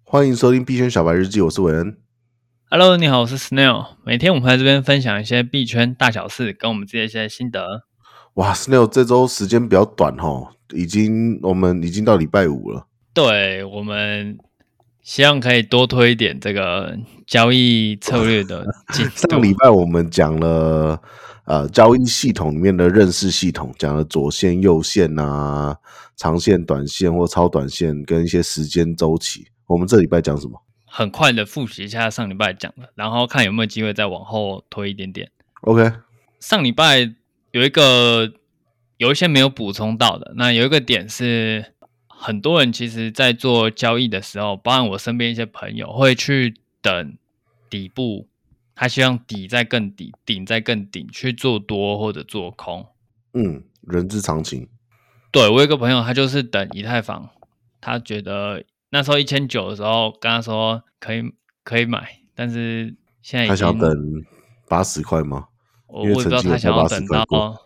欢迎收听币圈小白日记，我是韦恩。 Hello， 你好，我是 Snail。每天我们会在这边分享一些币圈大小事，跟我们自己的一些心得。 哇 ，Snail 这周时间比较短齁，我们已经到礼拜五了。 对，我们希望可以多推一点这个交易策略的进度。 上礼拜我们讲了交易系统里面的认识系统，讲了左线、右线啊，长线、短线或超短线跟一些时间周期。我们这礼拜讲什么？ 很快的复习一下上礼拜讲的，然后看有没有机会再往后推一点点。 OK， 上礼拜有一些没有补充到的，那有一个点是，很多人其实在做交易的时候，包含我身边一些朋友会去等底部，他希望底再更底，顶再更顶，去做多或者做空。 人之常情。 对，我有一个朋友，他就是等以太坊，他觉得那时候1900的时候跟他说可以买，但是现在已经他想等80块吗？ 我也不知道他想要等到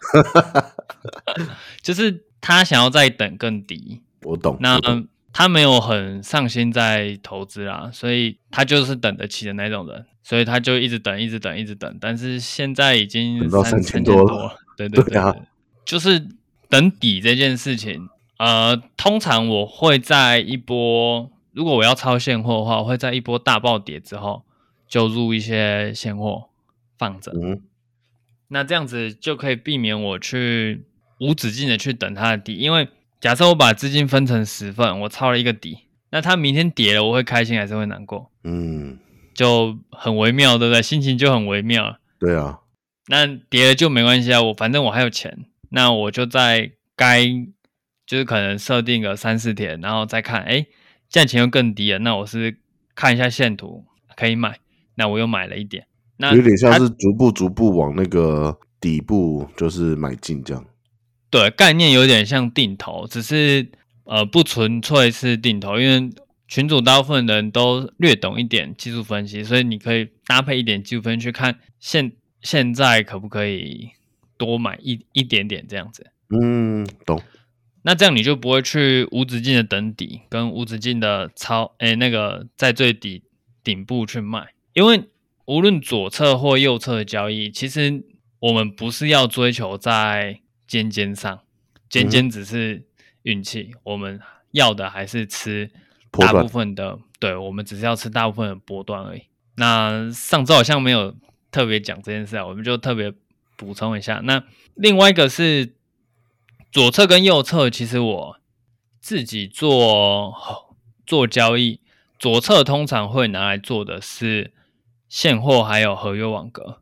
就是他想要再等更低。 我懂。 那他没有很上心在投资啦，所以他就是等得起的那种人，所以他就一直等，一直等，一直等。但是现在已经等到3000多了。 对，就是等底这件事情。通常我会在一波，如果我要抄现货的话，我会在一波大暴跌之后就入一些现货放着。那这样子就可以避免我去无止境的去等它的底，因为假设我把资金分成10份，我抄了一个底，那它明天跌了，我会开心还是会难过？就很微妙，对不对？心情就很微妙。对啊。 那跌了就没关系啊，反正我还有钱，那我就在就是可能设定个3-4天，然后再看，价钱又更低了，那我是看一下线图可以买，那我又买了一点。那有点像是逐步往那个底部就是买进这样。 对，概念有点像定投，只是不纯粹是定投，因为群组大部分人都略懂一点技术分析，所以你可以搭配一点技术分析去看现在可不可以多买一点点这样子。 懂。 那这样你就不会去无止境的等底，跟无止境的那个在最顶部去卖，因为无论左侧或右侧的交易，其实我们不是要追求在尖上，尖只是运气，我们要的还是吃大部分的，对，我们只是要吃大部分的波段而已。那上周好像没有特别讲这件事啊，我们就特别补充一下。那另外一个是左侧跟右侧，其实我自己做交易，左侧通常会拿来做的是现货还有合约网格。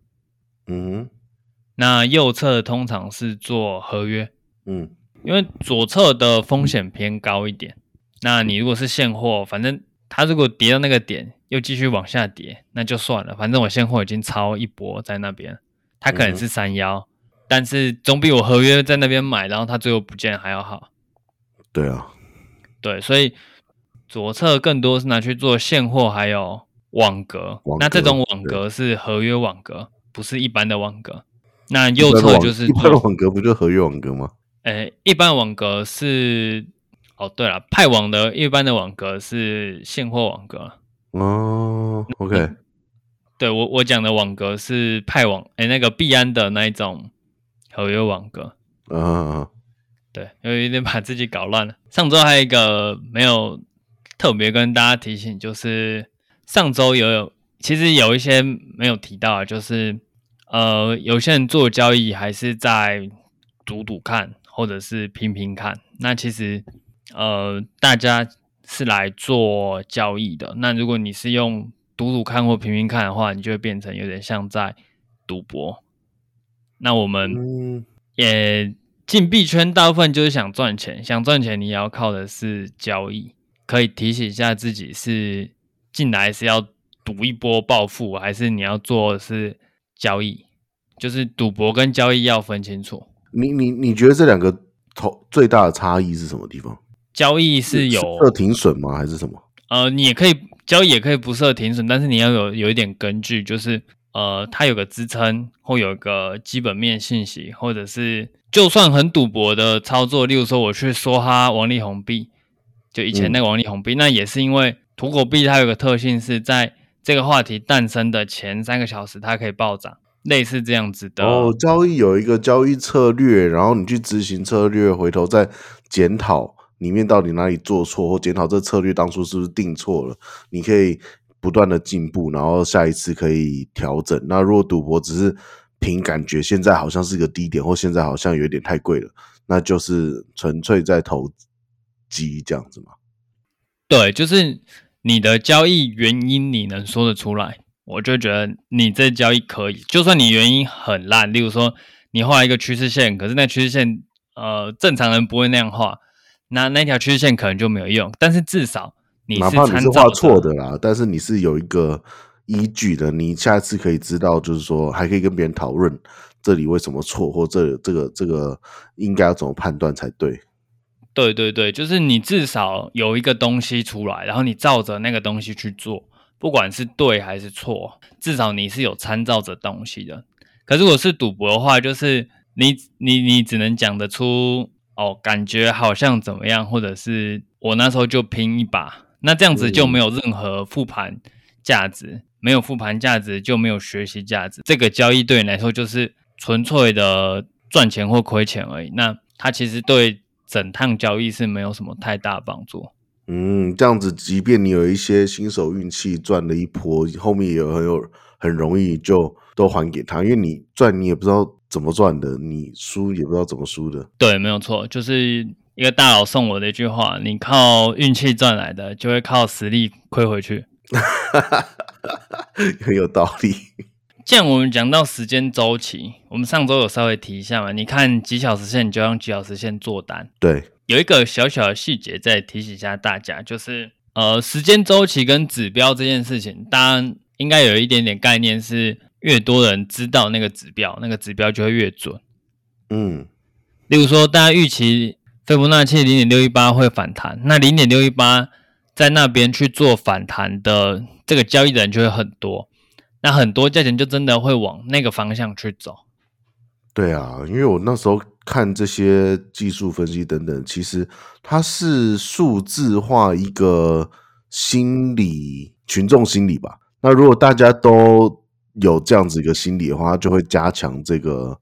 那右侧通常是做合约。因为左侧的风险偏高一点。那你如果是现货，反正它如果跌到那个点又继续往下跌，那就算了，反正我现货已经抄一波在那边，它可能是31，但是总比我合约在那边买，然后它最后不见还要好。 对啊， 对，所以左侧更多是拿去做现货还有网格。那这种网格是合约网格，不是一般的网格。那右侧就是一般的网格不就合约网格吗？ 一般网格是对了，派网的一般的网格是现货网格。 OK。 对，我讲的网格是派网，那个币安的那一种合约网格。对，有点把自己搞乱了。上周还有一个没有特别跟大家提醒，就是上周其实有一些没有提到，就是有些人做交易还是在赌看，或者是拼看。那其实大家是来做交易的。那如果你是用赌看或拼看的话，你就会变成有点像在赌博。那我们也进币圈大部分就是想赚钱，想赚钱你也要靠的是交易。可以提醒一下自己，是进来是要赌一波暴富，还是你要做的是交易？就是赌博跟交易要分清楚。 你觉得这两个最大的差异是什么地方？ 交易是有设停损吗？还是什么？ 你也可以交易，也可以不设停损，但是你要有一点根据，就是它有个支撑，或有个基本面信息，或者是就算很赌博的操作，例如说我去梭哈王力宏币，就以前那个王力宏币，那也是因为土狗币它有个特性是在这个话题诞生的前3个小时它可以暴涨，类似这样子的。 交易有一个交易策略，然后你去执行策略，回头再检讨里面到底哪里做错，或检讨这策略当初是不是定错了，你可以不断的进步，然后下一次可以调整。那如果赌博只是凭感觉现在好像是个低点，或现在好像有点太贵了，那就是纯粹在投机这样子嘛。 对，就是你的交易原因你能说得出来，我就觉得你这交易可以。就算你原因很烂，例如说你画一个趋势线，可是那趋势线正常人不会那样画，那条趋势线可能就没有用。但是至少你是哪怕你是画错的啦，但是你是有一个依据的，你下次可以知道，就是说还可以跟别人讨论这里为什么错，或这个应该要怎么判断才对。 对对对，就是你至少有一个东西出来，然后你照着那个东西去做，不管是对还是错，至少你是有参照着东西的。可是如果是赌博的话，就是你只能讲得出感觉好像怎么样，或者是我那时候就拼一把，那这样子就没有任何复盘价值，没有复盘价值就没有学习价值。这个交易对你来说就是纯粹的赚钱或亏钱而已。那它其实对整趟交易是没有什么太大帮助。 这样子，即便你有一些新手运气赚了一波，后面也很容易就都还给他，因为你赚你也不知道怎么赚的，你输也不知道怎么输的。 对，没有错，就是一个大佬送我的一句话：你靠运气赚来的，就会靠实力亏回去。 很有道理。 既然我们讲到时间周期，我们上周有稍微提一下嘛，你看几小时线，你就用几小时线做单。 对， 有一个小小的细节再提醒一下大家，就是时间周期跟指标这件事情，大家应该有一点点概念，是越多人知道那个指标，那个指标就会越准。例如说大家预期斐波那契 0.618 会反弹，那 0.618 在那边去做反弹的这个交易的人就会很多，那很多价钱就真的会往那个方向去走。 对啊，因为我那时候看这些技术分析等等，其实它是数字化一个群众心理吧。那如果大家都有这样子一个心理的话，它就会加强这个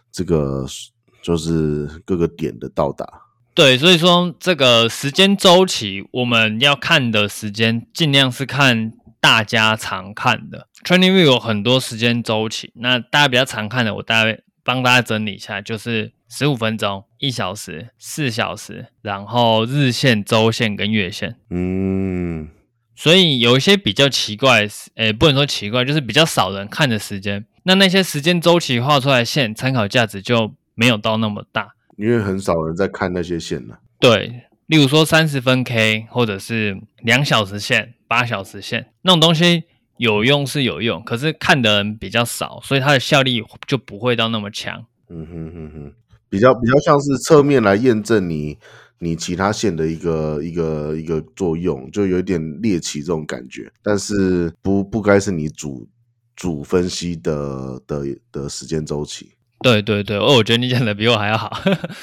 就是各个点的到达。 对，所以说这个时间周期我们要看的时间尽量是看大家常看的。TradingView 有很多时间周期，那大家比较常看的，我大概帮大家整理一下，就是15分钟、1小时、4小时，然后日线、周线跟月线。所以有一些比较奇怪，不能说奇怪，就是比较少人看的时间，那些时间周期画出来的线，参考价值就没有到那么大， 因为很少人在看那些线了。 对，例如说30分 K 或者是2小时线、8小时线那种东西。有用是有用，可是看的人比较少，所以它的效力就不会到那么强。 比较像是侧面来验证你其他线的一个作用，就有一点猎奇这种感觉，但是不该是你主分析的时间周期。 对对对，我觉得你讲的比我还要好。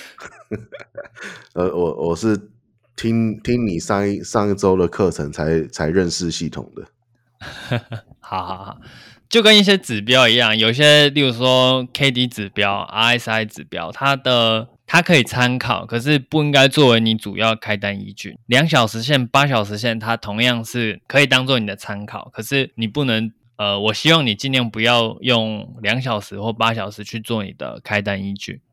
我是听你上一周的课程才认识系统的。 好，就跟一些指标一样，有些例如说 KD 指标、RSI 指标，它可以参考，可是不应该作为你主要开单依据。2小时线、8小时线，它同样是可以当做你的参考，可是你不能我希望你尽量不要用2小时或8小时去做你的开单依据。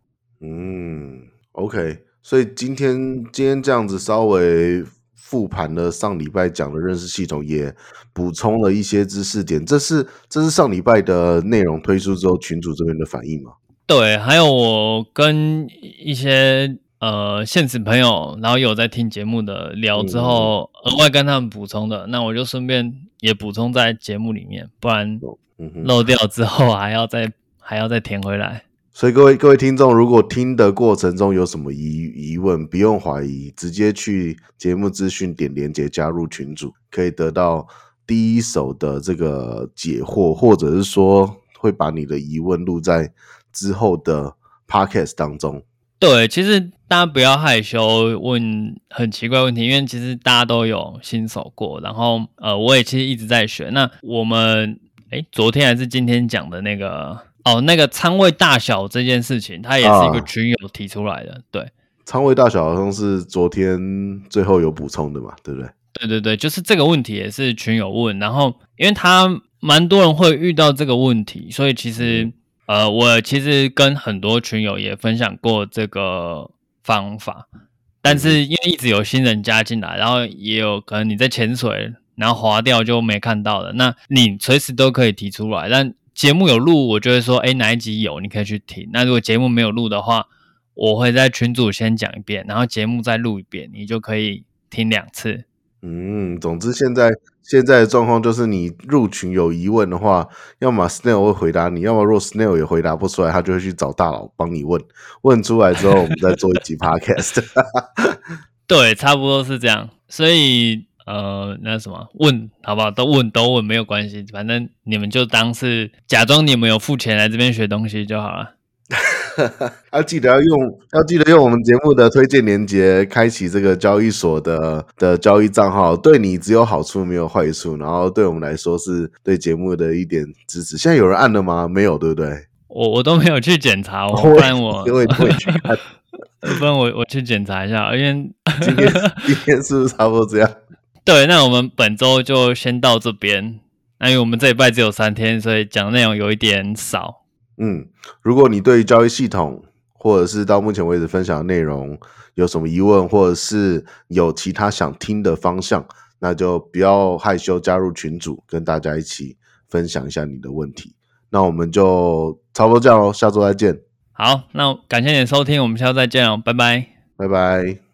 OK， 所以今天这样子稍微复盘了上礼拜讲的认识系统，也补充了一些知识点。这是上礼拜的内容推出之后群组这边的反应吗？ 对，还有我跟一些现实朋友，然后有在听节目的聊之后，额外跟他们补充的，那我就顺便也补充在节目里面，不然漏掉之后还要再填回来。 所以各位听众，如果听的过程中有什么疑问，不用怀疑，直接去节目资讯点连结加入群组，可以得到第一手的这个解惑，或者是说会把你的疑问录在之后的 podcast 当中。 对，其实大家不要害羞问很奇怪问题，因为其实大家都有新手过，然后我也其实一直在学。那我们昨天还是今天讲的那个那个仓位大小这件事情，它也是一个群友提出来的。对， 仓位大小好像是昨天最后有补充的嘛，对不对？ 对对对，就是这个问题也是群友问，然后因为他蛮多人会遇到这个问题，所以其实我其实跟很多群友也分享过这个方法，但是因为一直有新人加进来，然后也有可能你在潜水，然后滑掉就没看到了，那你随时都可以提出来，但节目有录，我就会说，哪一集有，你可以去听。那如果节目没有录的话，我会在群组先讲一遍，然后节目再录一遍，你就可以听2次。 总之现在的状况就是你入群有疑问的话，要么 Snail 会回答你，要么若 Snail 也回答不出来，他就会去找大佬帮你问，问出来之后我们再做一集 podcast。 对，差不多是这样。所以那什么问好不好，都问没有关系，反正你们就当是假装你们有付钱来这边学东西就好了。 要记得用我们节目的推荐连结开启这个交易所的交易账号，对你只有好处没有坏处，然后对我们来说是对节目的一点支持。现在有人按了吗？没有，对不对？ 我都没有去检查，不然我因为会去看， 不然我去检查一下，因为今天是不是差不多这样？ 对，那我们本周就先到这边。那因为我们这礼拜只有3天，所以讲的内容有一点少。 如果你对于交易系统或者是到目前为止分享的内容有什么疑问，或者是有其他想听的方向，那就不要害羞加入群组，跟大家一起分享一下你的问题。那我们就差不多这样咯，下周再见。 好，那感谢你的收听，我们下周再见哦，拜拜。 拜拜。